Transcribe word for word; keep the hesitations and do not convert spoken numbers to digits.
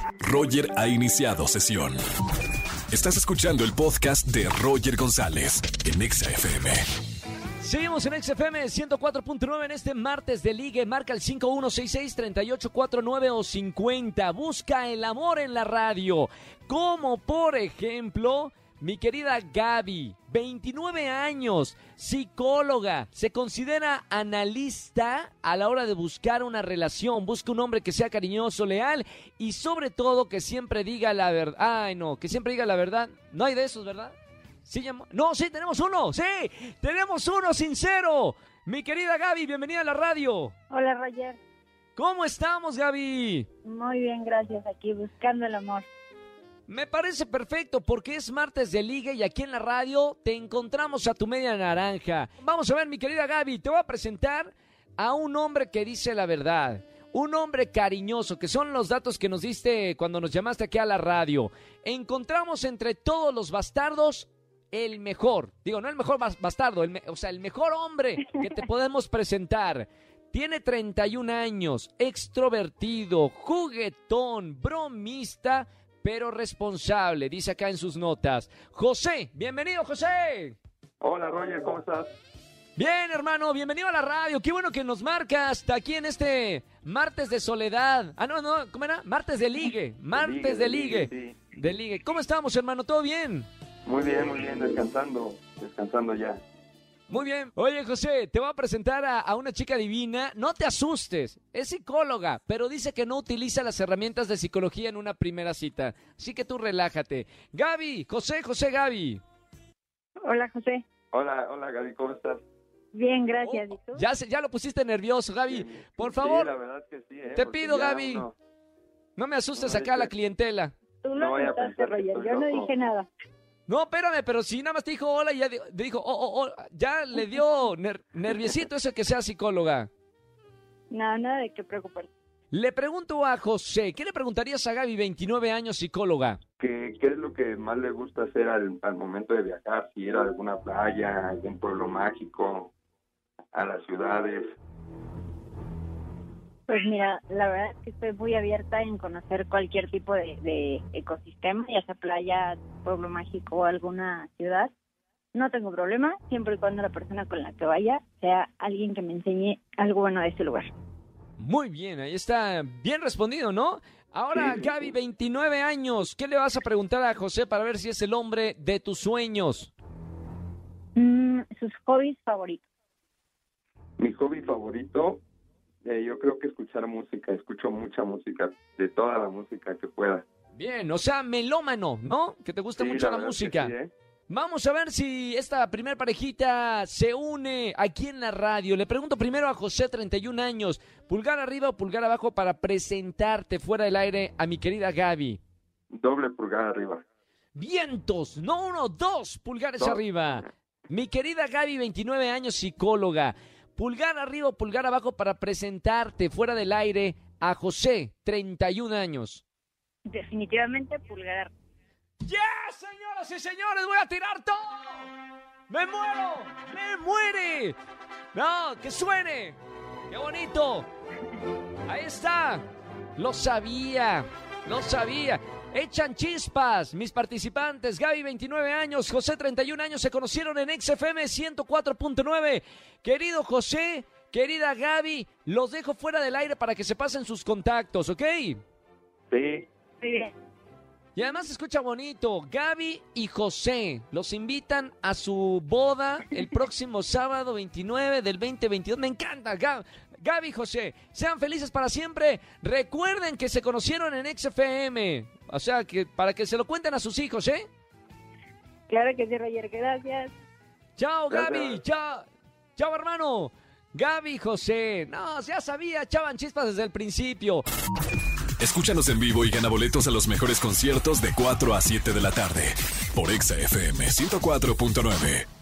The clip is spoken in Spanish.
Roger ha iniciado sesión. Estás escuchando el podcast de Roger González en Exa F M. Seguimos en Exa F M ciento cuatro punto nueve en este martes de ligue. Marca el cinco uno seis seis, tres ocho cuatro nueve o cincuenta. Busca el amor en la radio. Como por ejemplo, mi querida Gaby, veintinueve años, psicóloga. Se considera analista a la hora de buscar una relación. Busca un hombre que sea cariñoso, leal y sobre todo que siempre diga la verdad. Ay, no, que siempre diga la verdad. No hay de esos, ¿verdad? ¿Sí llama? No, sí, tenemos uno, sí, tenemos uno sincero. Mi querida Gaby, bienvenida a la radio. Hola, Roger. ¿Cómo estamos, Gaby? Muy bien, gracias, aquí buscando el amor. Me parece perfecto porque es martes de ligue y aquí en la radio te encontramos a tu media naranja. Vamos a ver, mi querida Gaby, te voy a presentar a un hombre que dice la verdad. Un hombre cariñoso, que son los datos que nos diste cuando nos llamaste aquí a la radio. Encontramos entre todos los bastardos el mejor, digo, no el mejor bastardo, el me, o sea, el mejor hombre que te podemos presentar. Tiene treinta y un años, extrovertido, juguetón, bromista, pero responsable, dice acá en sus notas. José, bienvenido, José. Hola, Roger, ¿cómo estás? Bien, hermano, bienvenido a la radio. Qué bueno que nos marcas hasta aquí en este martes de soledad. Ah, no, no, ¿cómo era? Martes de ligue, martes de ligue. De ligue, sí. De ligue. ¿Cómo estamos, hermano? ¿Todo bien? Muy bien, muy bien, descansando, descansando ya. Muy bien. Oye, José, te voy a presentar a, a una chica divina. No te asustes, es psicóloga, pero dice que no utiliza las herramientas de psicología en una primera cita. Así que tú relájate. Gaby, José, José, Gaby. Hola, José. Hola, hola, Gaby, ¿cómo estás? Bien, gracias. Oh, ¿Y tú? ya, se, ya lo pusiste nervioso, Gaby. Bien. Por Sí, favor, la verdad es que sí, ¿eh? te Porque pido, ya Gaby, uno no me asustes no acá a la dice- clientela. Tú no lo vaya a contaste, pensar que Roger. estoy Yo no loco. dije nada. No, espérame, pero si nada más te dijo hola y ya di- dijo, oh, oh, oh, ya le dio ner- nerviosito eso que sea psicóloga. Nada, nada de qué preocuparte. Le pregunto a José, ¿qué le preguntarías a Gaby, veintinueve años, psicóloga? ¿Qué, ¿Qué es lo que más le gusta hacer al, al momento de viajar? Si ir a alguna playa, a algún pueblo mágico, a las ciudades. Pues mira, la verdad es que estoy muy abierta en conocer cualquier tipo de, de ecosistema, ya sea playa, pueblo mágico o alguna ciudad. No tengo problema, siempre y cuando la persona con la que vaya sea alguien que me enseñe algo bueno de ese lugar. Muy bien, ahí está bien respondido, ¿no? Ahora, Sí, sí, Gaby, sí. veintinueve años, ¿qué le vas a preguntar a José para ver si es el hombre de tus sueños? Mm, sus hobbies favoritos. Mi hobby favorito, eh, yo creo que escuchar música. Escucho mucha música, de toda la música que pueda. Bien, o sea, melómano, ¿no? Que te gusta Sí, mucho la, verdad es que música. sí, ¿eh? Vamos a ver si esta primer parejita se une aquí en la radio. Le pregunto primero a José, treinta y un años, pulgar arriba o pulgar abajo para presentarte fuera del aire a mi querida Gaby. Doble pulgar arriba. Vientos, no uno, dos pulgares Dos. arriba. Mi querida Gaby, veintinueve años, psicóloga. Pulgar arriba o pulgar abajo para presentarte fuera del aire a José, treinta y un años. Definitivamente pulgar. ¡Ya, señoras y señores! ¡Voy a tirar todo! ¡Me muero! ¡Me muere! ¡No, que suene! ¡Qué bonito! Ahí está. Lo sabía, lo sabía. Echan chispas mis participantes. Gaby, veintinueve años, José, treinta y un años, se conocieron en Exa F M ciento cuatro punto nueve. Querido José, querida Gaby, los dejo fuera del aire para que se pasen sus contactos, ¿ok? Sí, Muy bien. Y además se escucha bonito. Gaby y José los invitan a su boda el próximo sábado veintinueve del veinte veintidós. Me encanta, Gab- Gaby y José. Sean felices para siempre. Recuerden que se conocieron en Exa F M. O sea, que para que se lo cuenten a sus hijos, ¿eh? Claro que sí, Roger, gracias. Chao, Gracias. Gaby. Chao, chao, hermano. Gaby y José. No, ya sabía, echaban chispas desde el principio. Escúchanos en vivo y gana boletos a los mejores conciertos de cuatro a siete de la tarde por Exa F M ciento cuatro punto nueve.